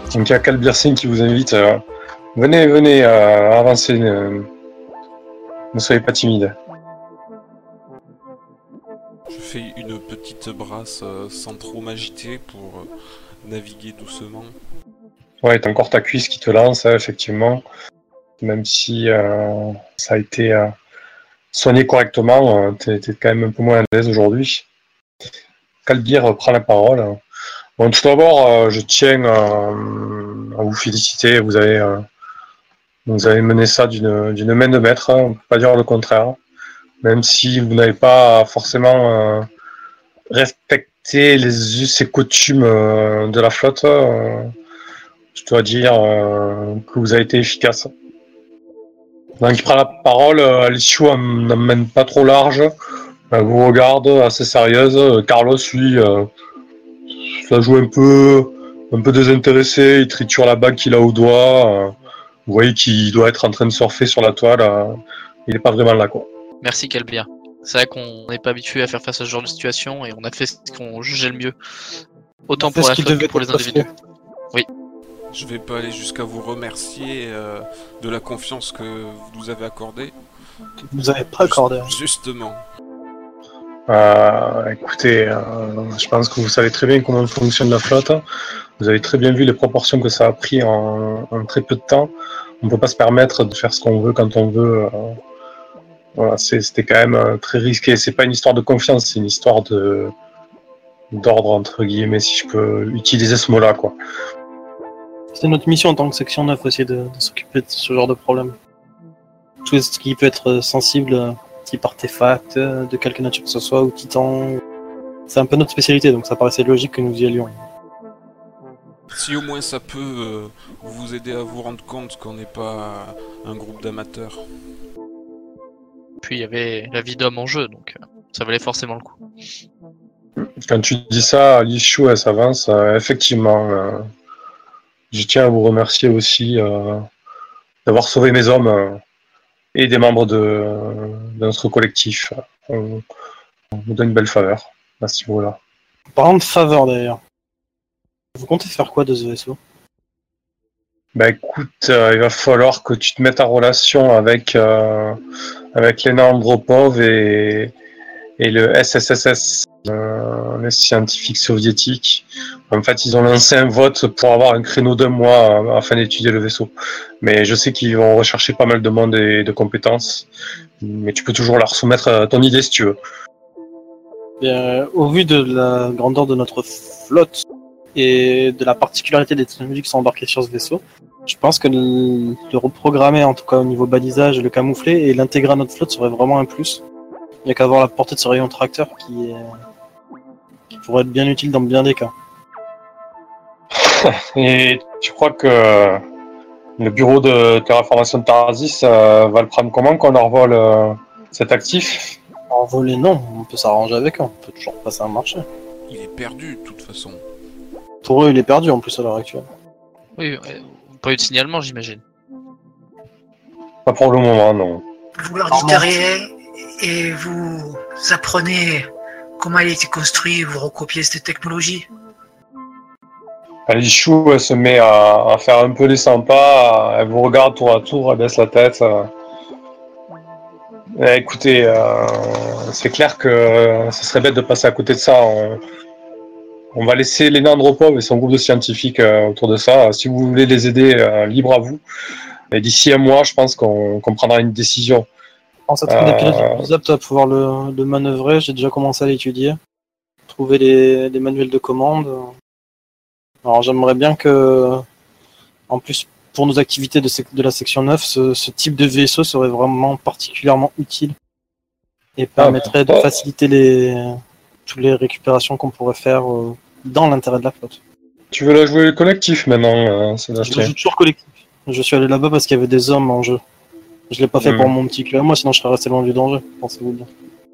Donc il y a Calbircine qui vous invite. Venez, avancez. Ne soyez pas timide. Je fais une petite brasse sans trop m'agiter pour naviguer doucement. Ouais, t'as encore ta cuisse qui te lance, effectivement. Même si ça a été soigné correctement, t'es quand même un peu moins à l'aise aujourd'hui. Calbir prend la parole. Bon, tout d'abord, je tiens à vous féliciter. Vous avez mené ça d'une main de maître, on ne peut pas dire le contraire. Même si vous n'avez pas forcément respecté les us et coutumes de la flotte, je dois dire que vous avez été efficace. Donc il prend la parole, Alicio n'emmène pas trop large, elle vous regarde assez sérieuse. Carlos, lui, ça joue un peu désintéressé, il triture la bague qu'il a au doigt. Vous voyez qu'il doit être en train de surfer sur la toile, il n'est pas vraiment là, quoi. Merci Calbir. C'est vrai qu'on n'est pas habitué à faire face à ce genre de situation et on a fait ce qu'on jugeait le mieux. Autant pour la flotte que pour les individus. Oui. Je vais pas aller jusqu'à vous remercier de la confiance que vous nous avez accordée. Vous n'avez pas accordé. Justement. Écoutez, je pense que vous savez très bien comment fonctionne la flotte. Vous avez très bien vu les proportions que ça a pris en très peu de temps. On ne peut pas se permettre de faire ce qu'on veut quand on veut. Voilà, c'était quand même très risqué. C'est pas une histoire de confiance, c'est une histoire d'ordre, entre guillemets, si je peux utiliser ce mot-là, quoi. C'est notre mission en tant que section 9 aussi de s'occuper de ce genre de problème. Tout ce qui peut être sensible, type artefact, de quelque nature que ce soit, ou titan. C'est un peu notre spécialité, donc ça paraissait logique que nous y allions. Si au moins ça peut vous aider à vous rendre compte qu'on n'est pas un groupe d'amateurs. Puis il y avait la vie d'homme en jeu, donc ça valait forcément le coup. Quand tu dis ça, Lichou, elle s'avance. Effectivement, je tiens à vous remercier aussi d'avoir sauvé mes hommes et des membres de notre collectif. On vous donne une belle faveur à ce niveau-là. Parlant de faveur d'ailleurs, vous comptez faire quoi de ce vaisseau? Bah écoute, il va falloir que tu te mettes en relation avec Lena Andropov et le SSSS, les scientifiques soviétiques. En fait, ils ont lancé un vote pour avoir un créneau d'un mois afin d'étudier le vaisseau. Mais je sais qu'ils vont rechercher pas mal de monde et de compétences. Mais tu peux toujours leur soumettre ton idée si tu veux. Bien, au vu de la grandeur de notre flotte et de la particularité des technologies qui sont embarquées sur ce vaisseau, je pense que le reprogrammer, en tout cas au niveau balisage, le camoufler et l'intégrer à notre flotte serait vraiment un plus. Il n'y a qu'à avoir la portée de ce rayon tracteur qui pourrait être bien utile dans bien des cas. Et tu crois que le bureau de terraformation de Tarasis va le prendre comment qu'on envole cet actif? Envoler, non, on peut s'arranger avec eux, on peut toujours passer un marché. Il est perdu de toute façon. Pour eux, il est perdu en plus à l'heure actuelle. Oui, pas eu de signalement, j'imagine. Pas pour le moment, non. Vous leur dites rien et vous apprenez comment il a été construit et vous recopiez cette technologie. Alichou, elle se met à faire un peu les 100 pas, elle vous regarde tour à tour, elle baisse la tête. Écoutez, c'est clair que ça serait bête de passer à côté de ça. On va laisser Lena Andropov et son groupe de scientifiques autour de ça. Si vous voulez les aider, libre à vous. Et d'ici un mois, je pense qu'on prendra une décision. Je pense être un des pilotes les plus aptes à pouvoir le manœuvrer. J'ai déjà commencé à l'étudier. Trouver les manuels de commande. Alors j'aimerais bien que, en plus, pour nos activités de la section 9, ce type de vaisseau serait vraiment particulièrement utile et permettrait de faciliter toutes les récupérations qu'on pourrait faire dans l'intérêt de la flotte. Tu veux la jouer collectif maintenant, Sébastien? Je joue toujours collectif. Je suis allé là-bas parce qu'il y avait des hommes en jeu. Je l'ai pas fait pour mon petit club, moi, sinon je serais resté loin du danger, pensez-vous bien.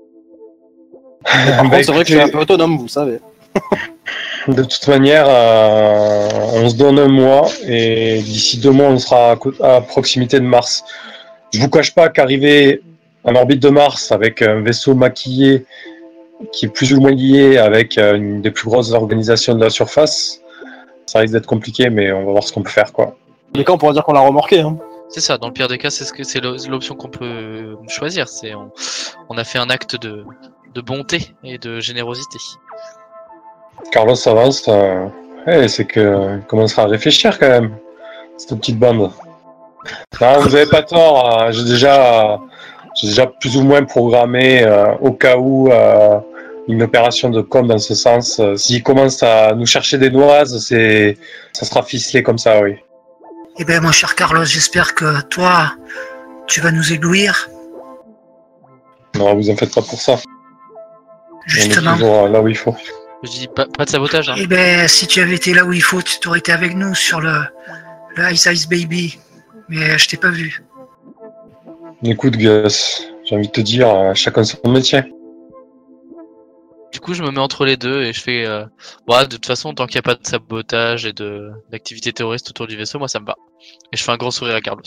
Par contre, c'est vrai que je suis un peu autonome, vous savez. De toute manière, on se donne un mois et d'ici 2 mois, on sera à proximité de Mars. Je vous cache pas qu'arriver en orbite de Mars avec un vaisseau maquillé qui est plus ou moins lié avec une des plus grosses organisations de la surface, ça risque d'être compliqué, mais on va voir ce qu'on peut faire, quoi. Dans les cas, on pourra dire qu'on l'a remorqué. Hein. C'est ça, dans le pire des cas, c'est l'option qu'on peut choisir. On a fait un acte de bonté et de générosité. Carlos avance, c'est que commencera à réfléchir quand même, cette petite bande. Non, vous n'avez pas tort, j'ai déjà plus ou moins programmé au cas où une opération de com dans ce sens. S'ils commencent à nous chercher des noises, ça sera ficelé comme ça, oui. Eh bien, mon cher Carlos, j'espère que toi, tu vas nous éblouir. Non, vous en faites pas pour ça. Justement. On est toujours là où il faut. Je dis pas de sabotage. Hein. Eh bien, si tu avais été là où il faut, tu aurais été avec nous sur le Ice Ice Baby. Mais je t'ai pas vu. Écoute, Gus, j'ai envie de te dire, chacun son métier. Du coup, je me mets entre les deux et je fais... de toute façon, tant qu'il n'y a pas de sabotage et d'activité terroriste autour du vaisseau, moi ça me va. Et je fais un grand sourire à Carlos.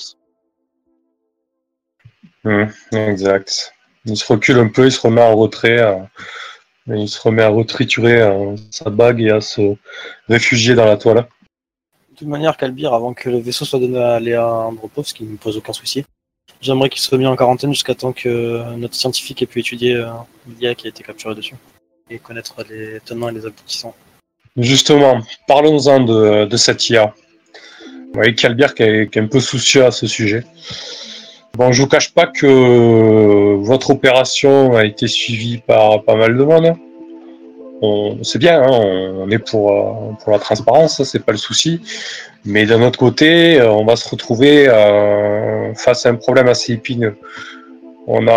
Exact. Il se recule un peu, il se remet en retrait, il se remet à retriturer sa bague et à se réfugier dans la toile. De toute manière, Kalbir, avant que le vaisseau soit donné à Léa Andropov, ce qui ne me pose aucun souci, j'aimerais qu'il soit mis en quarantaine jusqu'à temps que notre scientifique ait pu étudier l'IA qui a été capturée dessus et connaître les tenants et les aboutissants. Justement, parlons-en de cette IA. Vous voyez Kalbir qui est un peu soucieux à ce sujet. Bon, je vous cache pas que votre opération a été suivie par pas mal de monde. C'est bien, hein, on est pour la transparence, c'est pas le souci. Mais d'un autre côté, on va se retrouver face à un problème assez épineux. On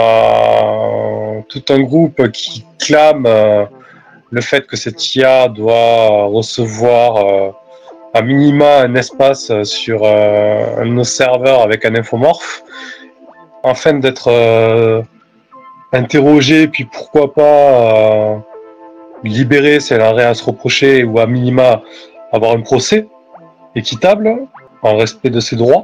a tout un groupe qui clame le fait que cette IA doit recevoir à minima un espace sur un de nos serveurs avec un infomorphe, afin d'être interrogé, puis pourquoi pas libéré si elle a rien à se reprocher, ou à minima avoir un procès équitable, en respect de ses droits.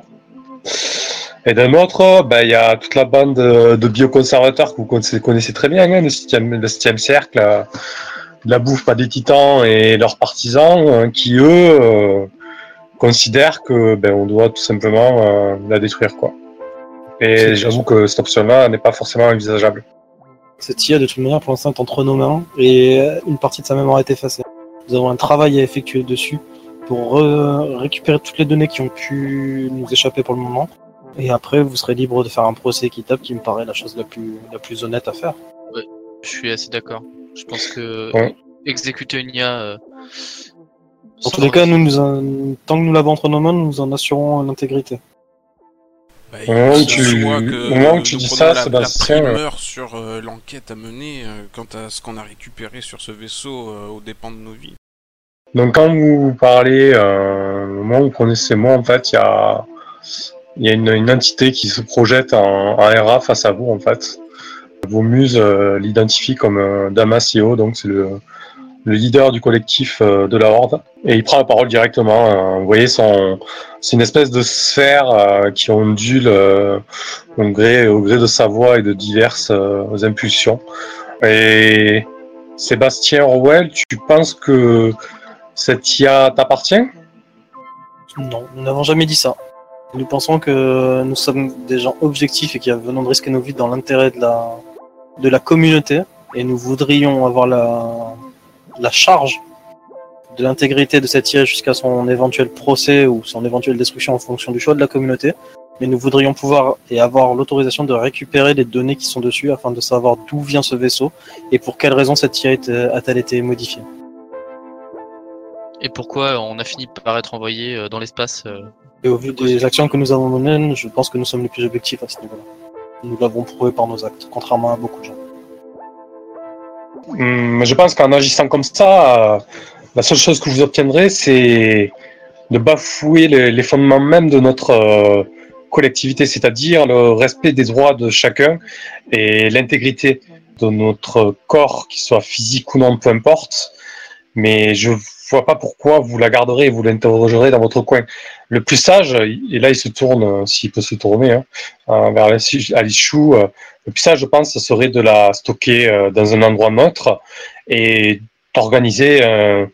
Et d'un autre, il y a toute la bande de bioconservateurs que vous connaissez très bien, hein, le 7e cercle, la bouffe pas des titans et leurs partisans, qui eux considèrent que on doit tout simplement la détruire, quoi. Et j'avoue que cette option-là n'est pas forcément envisageable. Cette IA, de toute manière, pour l'instant, est entre nos mains et une partie de sa mémoire est effacée. Nous avons un travail à effectuer dessus pour récupérer toutes les données qui ont pu nous échapper pour le moment. Et après, vous serez libre de faire un procès équitable qui me paraît la chose la plus honnête à faire. Ouais, je suis assez d'accord. Je pense que exécuter une IA... dans tous les cas, tant que nous l'avons entre nos mains, nous en assurons l'intégrité. Au moment où tu dis ça, Sébastien, la primeur sur l'enquête à mener quant à ce qu'on a récupéré sur ce vaisseau aux dépens de nos vies. Donc quand vous parlez, au moment où vous prenez ces mots, en fait, il y a une entité qui se projette en RA face à vous, en fait. Vos muses l'identifient comme Damasio, donc c'est le leader du collectif de la Horde, et il prend la parole directement. Vous voyez, c'est une espèce de sphère qui ondule au gré de sa voix et de diverses impulsions. Et Sébastien Orwell, tu penses que cette IA t'appartient ? Non, nous n'avons jamais dit ça. Nous pensons que nous sommes des gens objectifs et qui venons de risquer nos vies dans l'intérêt de la communauté, et nous voudrions avoir la charge de l'intégrité de cette IA jusqu'à son éventuel procès ou son éventuelle destruction en fonction du choix de la communauté, mais nous voudrions pouvoir et avoir l'autorisation de récupérer les données qui sont dessus afin de savoir d'où vient ce vaisseau et pour quelle raison cette IA a-t-elle été modifiée. Et pourquoi on a fini par être envoyé dans l'espace Et au vu des actions que nous avons menées, je pense que nous sommes les plus objectifs à ce niveau-là. Nous l'avons prouvé par nos actes, contrairement à beaucoup de gens. Je pense qu'en agissant comme ça, la seule chose que vous obtiendrez, c'est de bafouer les fondements même de notre collectivité, c'est-à-dire le respect des droits de chacun et l'intégrité de notre corps, qu'il soit physique ou non, peu importe. Mais je vois pas pourquoi vous la garderez et vous l'interrogerez dans votre coin. Le plus sage, et là il se tourne, s'il peut se tourner, vers Alice Chou, le plus sage, je pense, ce serait de la stocker dans un endroit neutre et d'organiser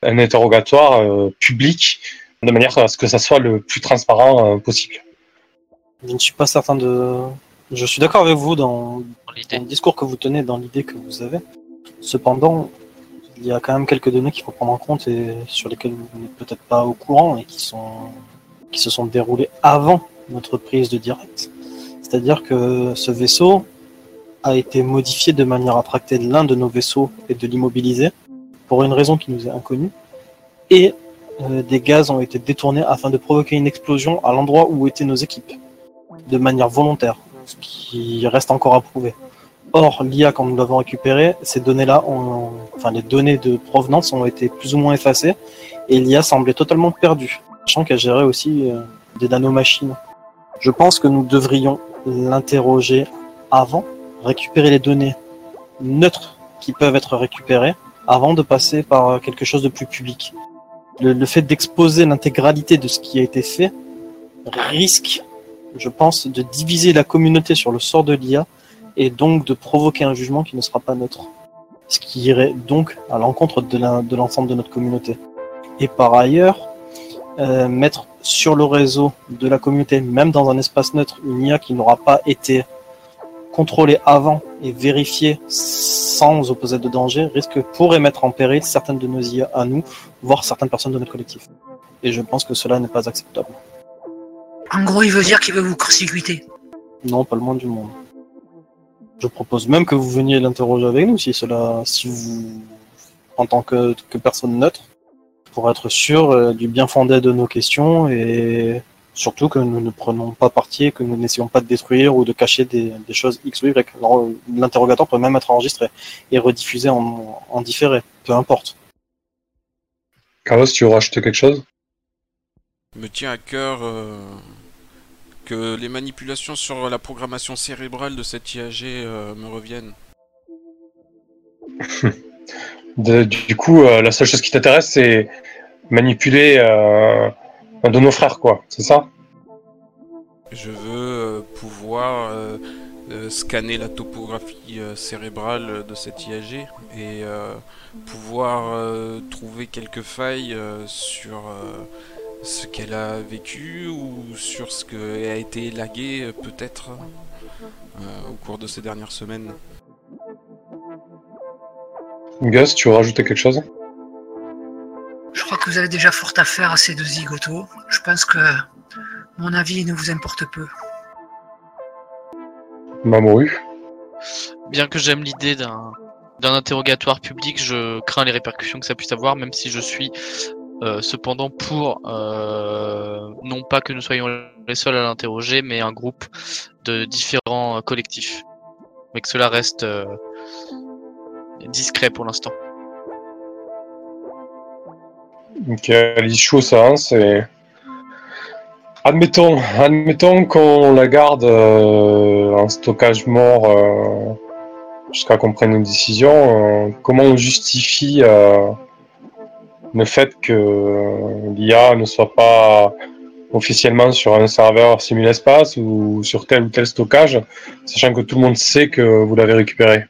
un interrogatoire public de manière à ce que ça soit le plus transparent possible. Je ne suis pas certain de... Je suis d'accord avec vous dans l'idée. le discours que vous tenez, dans l'idée que vous avez. Cependant, il y a quand même quelques données qu'il faut prendre en compte et sur lesquelles vous n'êtes peut-être pas au courant et qui se sont déroulées avant notre prise de direct. C'est-à-dire que ce vaisseau a été modifié de manière à tracter l'un de nos vaisseaux et de l'immobiliser pour une raison qui nous est inconnue. Et des gaz ont été détournés afin de provoquer une explosion à l'endroit où étaient nos équipes, de manière volontaire, ce qui reste encore à prouver. Or, l'IA, quand nous l'avons récupéré, ces données-là, les données de provenance ont été plus ou moins effacées, et l'IA semblait totalement perdue, sachant qu'elle gérait aussi des nanomachines. Je pense que nous devrions l'interroger avant, récupérer les données neutres qui peuvent être récupérées, avant de passer par quelque chose de plus public. Le fait d'exposer l'intégralité de ce qui a été fait risque, je pense, de diviser la communauté sur le sort de l'IA et donc de provoquer un jugement qui ne sera pas neutre. Ce qui irait donc à l'encontre de l'ensemble de notre communauté. Et par ailleurs, mettre sur le réseau de la communauté, même dans un espace neutre, une IA qui n'aura pas été contrôlée avant et vérifiée sans opposer de danger pourrait mettre en péril certaines de nos IA à nous, voire certaines personnes de notre collectif. Et je pense que cela n'est pas acceptable. En gros, il veut dire qu'il veut vous court-circuiter. Non, pas le moins du monde. Je propose même que vous veniez l'interroger avec nous, si vous, en tant que personne neutre, pour être sûr du bien fondé de nos questions et surtout que nous ne prenons pas parti et que nous n'essayons pas de détruire ou de cacher des choses X ou Y. Alors, l'interrogatoire peut même être enregistré et rediffusé en différé, peu importe. Carlos, tu veux rajouter quelque chose ? Me tient à cœur que les manipulations sur la programmation cérébrale de cette IAG me reviennent. Du coup, la seule chose qui t'intéresse, c'est manipuler un de nos frères, quoi, c'est ça ? Je veux pouvoir scanner la topographie cérébrale de cette IAG et pouvoir trouver quelques failles sur ce qu'elle a vécu ou sur ce qui a été élagué peut-être au cours de ces dernières semaines. Gus, tu veux rajouter quelque chose ? Je crois que vous avez déjà fort affaire à ces deux zigotos. Je pense que mon avis ne vous importe peu. Mamoru ? Bien que j'aime l'idée d'un interrogatoire public, je crains les répercussions que ça puisse avoir, même si je suis cependant pour non pas que nous soyons les seuls à l'interroger, mais un groupe de différents collectifs. Mais que cela reste discret pour l'instant. Ok, l'issue, ça, c'est... Admettons qu'on la garde en stockage mort jusqu'à qu'on prenne une décision. Comment on justifie le fait que l'IA ne soit pas officiellement sur un serveur simulespace ou sur tel ou tel stockage, sachant que tout le monde sait que vous l'avez récupéré?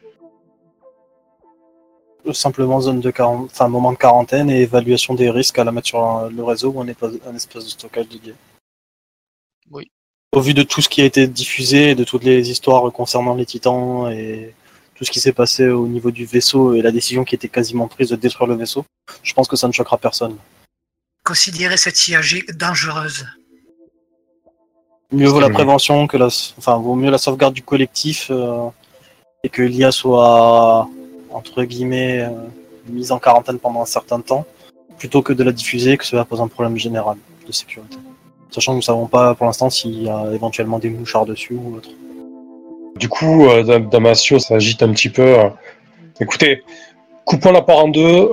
Simplement moment de quarantaine et évaluation des risques à la mettre sur le réseau ou un espace de stockage dédié. Oui. Au vu de tout ce qui a été diffusé et de toutes les histoires concernant les titans et tout ce qui s'est passé au niveau du vaisseau et la décision qui était quasiment prise de détruire le vaisseau, je pense que ça ne choquera personne. Considérez cette IAG dangereuse. Mieux vaut la prévention que vaut mieux la sauvegarde du collectif et que l'IA soit entre guillemets mise en quarantaine pendant un certain temps, plutôt que de la diffuser et que cela pose un problème général de sécurité. Sachant que nous ne savons pas pour l'instant s'il y a éventuellement des mouchards dessus ou autre. Du coup, Damasio s'agite un petit peu. Écoutez, coupons la part en deux.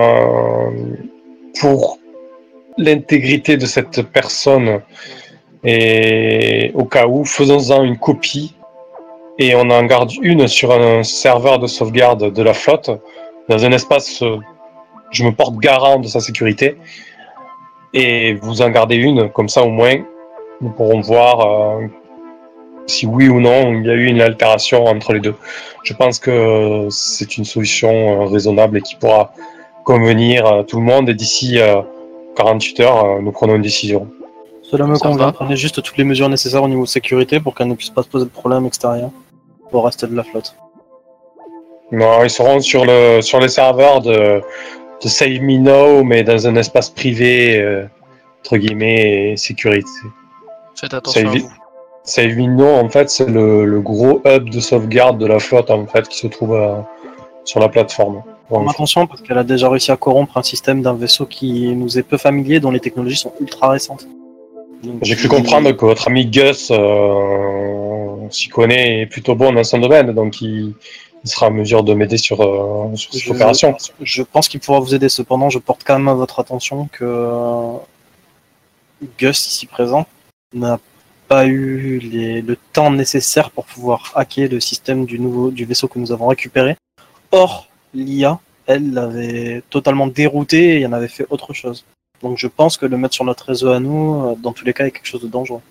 Pour l'intégrité de cette personne et au cas où, faisons-en une copie et on en garde une sur un serveur de sauvegarde de la flotte, dans un espace, je me porte garant de sa sécurité, et vous en gardez une, comme ça au moins, nous pourrons voir si oui ou non il y a eu une altération entre les deux. Je pense que c'est une solution raisonnable et qui pourra convenir à tout le monde et d'ici 48 heures, nous prenons une décision. Cela me Ça convient. va. Prenez juste toutes les mesures nécessaires au niveau sécurité pour qu'elle ne puisse pas se poser de problème extérieur au reste de la flotte. Non, ils seront sur les serveurs de Save Me Now, mais dans un espace privé, entre guillemets, et sécurité. Faites attention à vous. Save Me Now, en fait, c'est le gros hub de sauvegarde de la flotte, en fait, qui se trouve sur la plateforme. Faites attention parce qu'elle a déjà réussi à corrompre un système d'un vaisseau qui nous est peu familier, dont les technologies sont ultra récentes. Donc, J'ai cru comprendre que votre ami Gus s'y connaît et est plutôt bon dans son domaine, donc il sera en mesure de m'aider sur cette opération. Je pense qu'il pourra vous aider. Cependant, je porte quand même à votre attention que Gus, ici présent, n'a pas eu le temps nécessaire pour pouvoir hacker le système du vaisseau que nous avons récupéré. Or, l'IA, elle, l'avait totalement dérouté et en avait fait autre chose. Donc je pense que le mettre sur notre réseau à nous, dans tous les cas, est quelque chose de dangereux.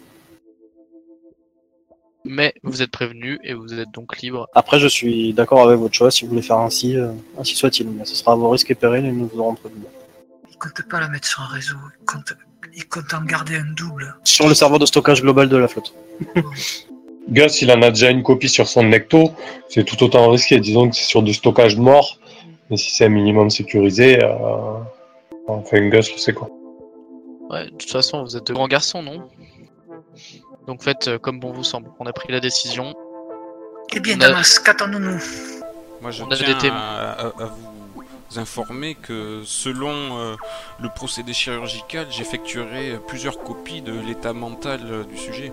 Mais vous êtes prévenu et vous êtes donc libre. Après, je suis d'accord avec votre choix. Si vous voulez faire ainsi soit-il. Mais ce sera à vos risques et périls et nous vous aurons prévenu. Il compte pas la mettre sur un réseau, il compte en garder un double. Sur le serveur de stockage global de la flotte. Gus, il en a déjà une copie sur son Necto, c'est tout autant risqué. Disons que c'est sur du stockage mort, mais si c'est un minimum sécurisé, enfin Gus le sait quoi. Ouais, de toute façon, vous êtes de grands garçons, non? Donc faites comme bon vous semble. On a pris la décision. Eh bien, On a- Damas, qu'attendons-nous? Moi, je On a tiens des témoins. à vous informer que selon le procédé chirurgical, j'effectuerai plusieurs copies de l'état mental du sujet.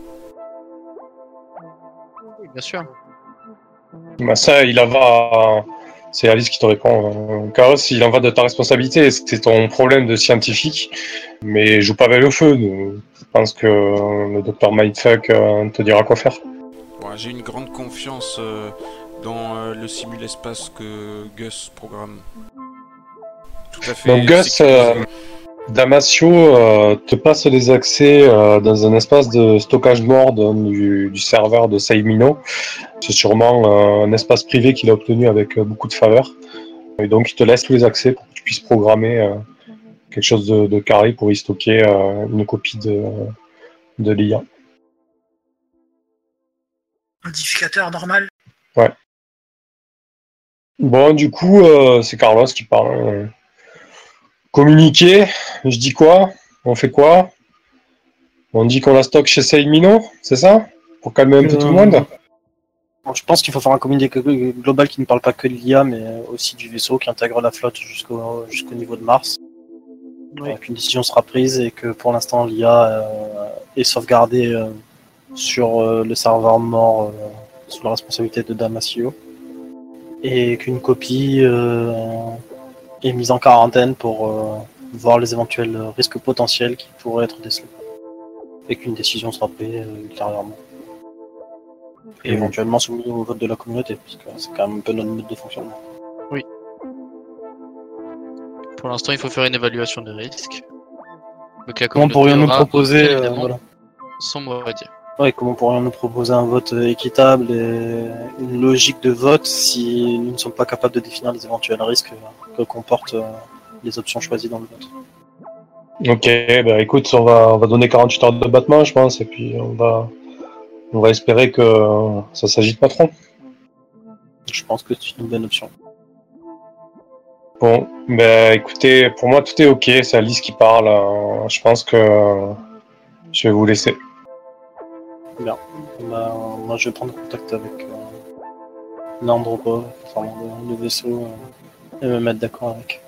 Oui, bien sûr. Bah ça, il en va. C'est Alice qui te répond. Chaos, il en va de ta responsabilité. C'est ton problème de scientifique. Mais joue pas avec le feu. Je pense que le docteur Mindfuck te dira quoi faire. Bon, j'ai une grande confiance dans le simul-espace que Gus programme. Tout à fait. Donc Gus, sécurisé. Damasio te passe les accès dans un espace de stockage mort du serveur de Saimino. C'est sûrement un espace privé qu'il a obtenu avec beaucoup de faveur. Et donc il te laisse tous les accès pour que tu puisses programmer quelque chose de carré pour y stocker une copie de l'IA. Modificateur normal. Bon, du coup, c'est Carlos qui parle. Communiquer, je dis quoi? On fait quoi? On dit qu'on la stocke chez Saimino, c'est ça? Pour calmer un peu tout le monde? Je pense qu'il faut faire un communiqué global qui ne parle pas que de l'IA, mais aussi du vaisseau qui intègre la flotte jusqu'au niveau de Mars. Qu'une décision sera prise et que pour l'instant l'IA est sauvegardée sur le serveur mort sous la responsabilité de Damasio. Et qu'une copie est mise en quarantaine pour voir les éventuels risques potentiels qui pourraient être décelés. Et qu'une décision sera prise ultérieurement. Et éventuellement soumis au vote de la communauté, parce que c'est quand même un peu notre mode de fonctionnement. Pour l'instant, il faut faire une évaluation des risques. Donc la Comment communauté pourrions-nous aura, proposer bien évidemment, voilà. son mot à dire. Ouais, comment pourrions-nous proposer un vote équitable et une logique de vote si nous ne sommes pas capables de définir les éventuels risques que comportent les options choisies dans le vote? Ok, bah écoute, on va donner 48 heures de battement, je pense, et puis on va espérer que ça s'agite pas trop. Je pense que c'est une bonne option. Bon, bah écoutez, pour moi tout est ok, c'est Alice qui parle. Je pense que je vais vous laisser. Bien. Bah, moi, je vais prendre contact avec l'Andropov, enfin, le vaisseau, et me mettre d'accord avec.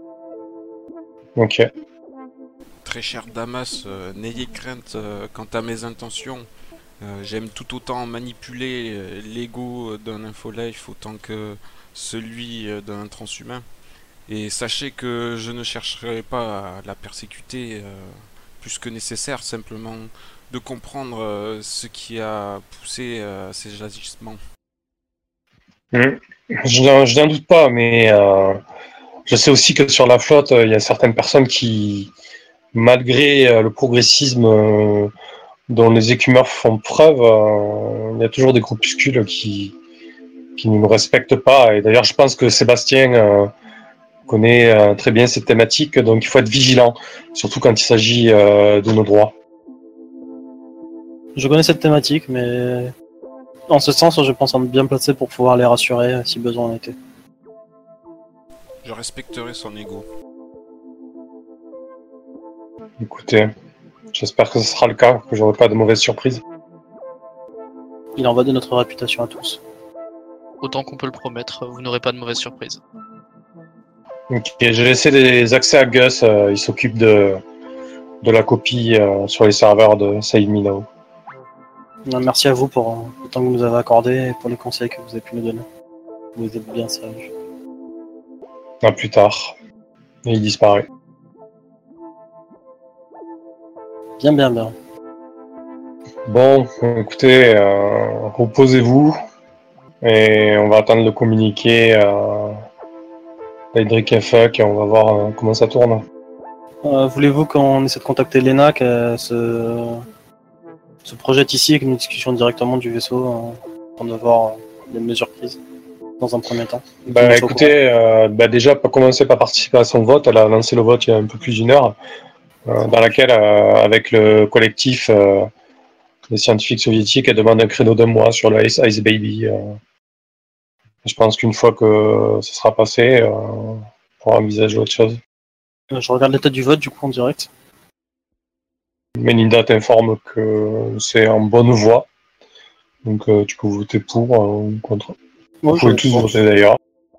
Ok. Très cher Damas, n'ayez crainte quant à mes intentions. J'aime tout autant manipuler l'ego d'un infolife autant que celui d'un transhumain. Et sachez que je ne chercherai pas à la persécuter plus que nécessaire, simplement de comprendre ce qui a poussé ces agissements. Je n'en doute pas, mais je sais aussi que sur la flotte, il y a certaines personnes qui, malgré le progressisme dont les écumeurs font preuve, il y a toujours des groupuscules qui ne nous respectent pas. Et d'ailleurs, je pense que Sébastien connaît très bien cette thématique, donc il faut être vigilant, surtout quand il s'agit de nos droits. Je connais cette thématique, mais en ce sens, je pense être bien placé pour pouvoir les rassurer si besoin en était. Je respecterai son ego. Écoutez, j'espère que ce sera le cas, que j'aurai pas de mauvaises surprises. Il en va de notre réputation à tous. Autant qu'on peut le promettre, vous n'aurez pas de mauvaise surprise. Ok, j'ai laissé les accès à Gus, il s'occupe de la copie sur les serveurs de Saïd Minao. Merci à vous pour le temps que vous nous avez accordé et pour les conseils que vous avez pu nous donner. Vous êtes bien sage. À plus tard. Et il disparaît. Bien, bien, bien. Bon, écoutez, reposez-vous et on va attendre le communiqué d'Edric et Fuck et on va voir comment ça tourne. Voulez-vous qu'on essaie de contacter Lena, qu'elle se projette ici avec une discussion directement du vaisseau pour de voir les mesures prises dans un premier temps? Écoutez, déjà, pour commencer par participer à son vote, elle a lancé le vote il y a un peu plus d'une heure, dans laquelle, avec le collectif des scientifiques soviétiques, elle demande un créneau d'un mois sur le Ice Baby. Je pense qu'une fois que ce sera passé, on pourra envisager autre chose. Je regarde l'état du vote du coup en direct. Melinda t'informe que c'est en bonne voie. Donc tu peux voter pour ou contre. Vous pouvez tous voter d'ailleurs.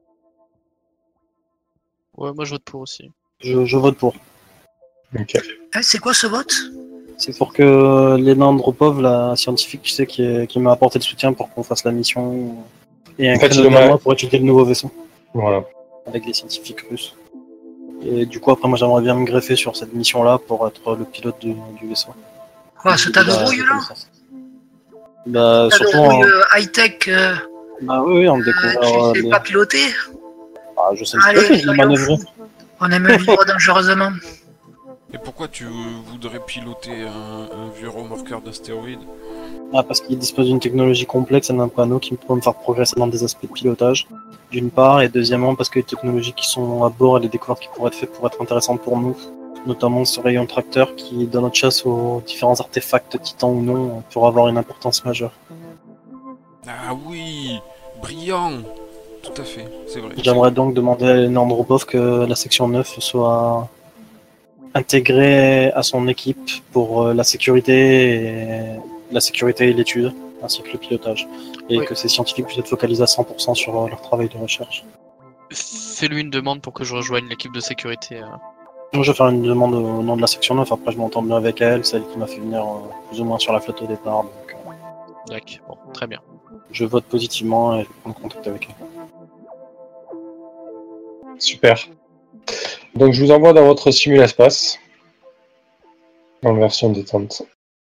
Ouais, moi je vote pour aussi. Je vote pour. Ok. C'est quoi ce vote? C'est pour que Lena Andropov, la scientifique, tu sais, qui m'a apporté le soutien pour qu'on fasse la mission, et un créneau d'un mois pour étudier le nouveau vaisseau. Voilà. Avec les scientifiques russes. Et du coup, après, moi, j'aimerais bien me greffer sur cette mission-là pour être le pilote du vaisseau. Quoi, ce tas de rouille, là? Bah, ce tas surtout de rouille high-tech. Bah oui, on découvre. Tu sais pas piloter? Ah, je sais piloter, je manœuvrer. On aime vivre dangereusement. Et pourquoi tu voudrais piloter un vieux remorqueur d'astéroïdes? Ah, parce qu'il dispose d'une technologie complexe et d'un panneau qui peut me faire progresser dans des aspects de pilotage, d'une part, et deuxièmement parce que les technologies qui sont à bord et les découvertes qui pourraient être faites pourraient être intéressantes pour nous, notamment ce rayon tracteur qui, dans notre chasse aux différents artefacts titans ou non, pourra avoir une importance majeure. Ah oui, brillant. Tout à fait, c'est vrai. J'aimerais donc demander à Elena Andropov que la section 9 soit intégrée à son équipe pour la sécurité et l'étude, ainsi que le pilotage, et oui, que ces scientifiques puissent être focalisés à 100% sur leur travail de recherche. Fais-lui une demande pour que je rejoigne l'équipe de sécurité. Je vais faire une demande au nom de la section 9, après je m'entends bien avec elle, c'est elle qui m'a fait venir plus ou moins sur la flotte au départ. Donc, d'accord, bon, très bien. Je vote positivement et je vais prendre contact avec elle. Super. Donc je vous envoie dans votre simul-espace, en version détente.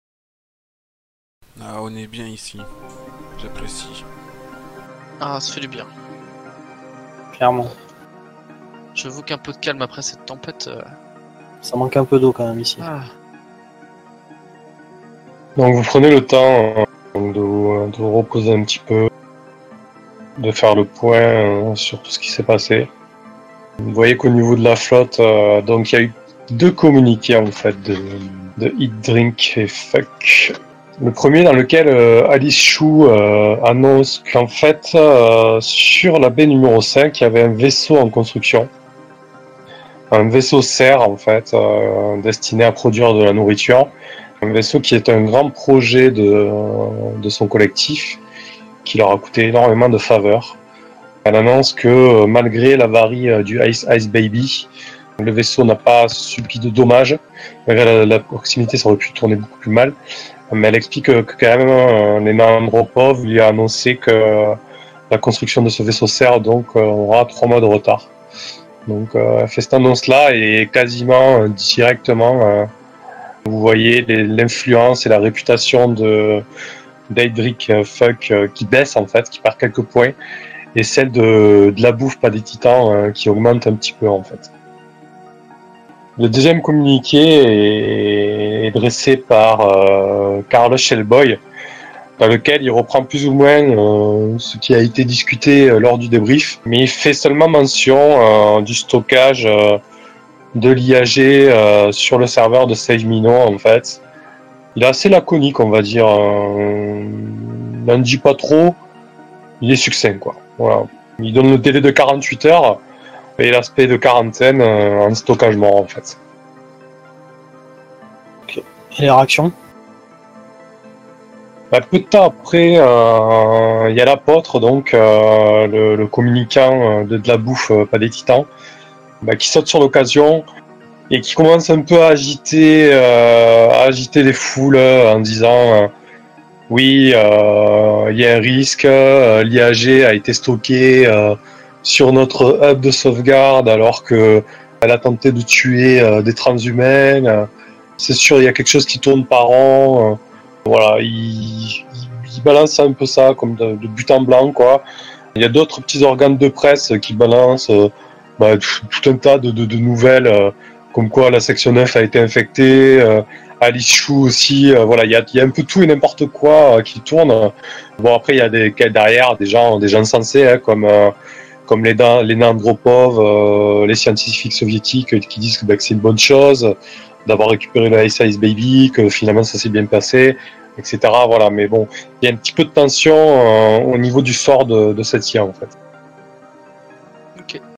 Ah, on est bien ici. J'apprécie. Ah, ça fait du bien. Clairement. J'avoue qu'un peu de calme après cette tempête... Ça manque un peu d'eau quand même ici. Ah. Donc vous prenez le temps de vous reposer un petit peu, de faire le point sur tout ce qui s'est passé. Vous voyez qu'au niveau de la flotte, donc il y a eu 2 communiqués en fait de Eat, Drink et Fuck. Le premier dans lequel Alice Chou annonce qu'en fait sur la baie numéro 5 il y avait un vaisseau en construction. Un vaisseau serre en fait destiné à produire de la nourriture. Un vaisseau qui est un grand projet de son collectif qui leur a coûté énormément de faveurs. Elle annonce que malgré l'avarie du Ice Baby, le vaisseau n'a pas subi de dommages. Malgré la proximité, ça aurait pu tourner beaucoup plus mal. Mais elle explique que quand même, Lena Andropov lui a annoncé que la construction de ce vaisseau serre donc aura 3 mois de retard. Donc elle fait cette annonce-là et quasiment directement, vous voyez l'influence et la réputation d'Edric Fuck qui baisse en fait, qui perd quelques points. Et celle de la bouffe pas des titans qui augmente un petit peu en fait. Le deuxième communiqué est dressé par Carlos Shellboy dans lequel il reprend plus ou moins ce qui a été discuté lors du débrief, mais il fait seulement mention du stockage de l'IAG sur le serveur de SaveMino en fait. Il est assez laconique, on va dire. Il n'en dit pas trop. Il est succinct, quoi. Voilà. Il donne le délai de 48 heures et l'aspect de quarantaine en stockage mort, en fait. Ok. Et les réactions? Peu de temps après, il y a l'apôtre, donc le communicant de la bouffe, pas des titans, qui saute sur l'occasion et qui commence un peu à agiter les foules en disant oui, il y a un risque, l'IAG a été stocké sur notre hub de sauvegarde alors que elle a tenté de tuer des transhumains. C'est sûr, il y a quelque chose qui tourne par an. Voilà, il balance un peu ça comme de but en blanc, quoi. Il y a d'autres petits organes de presse qui balancent tout un tas de nouvelles, comme quoi la section 9 a été infectée, Alice Chou aussi, voilà, il y a un peu tout et n'importe quoi qui tourne. Bon, après, il y a derrière des gens sensés, hein, comme les Andropov, les scientifiques soviétiques qui disent que c'est une bonne chose d'avoir récupéré le Ice Ice Baby, que finalement ça s'est bien passé, etc. Voilà, mais bon, il y a un petit peu de tension au niveau du sort de cette IA, en fait. Ok.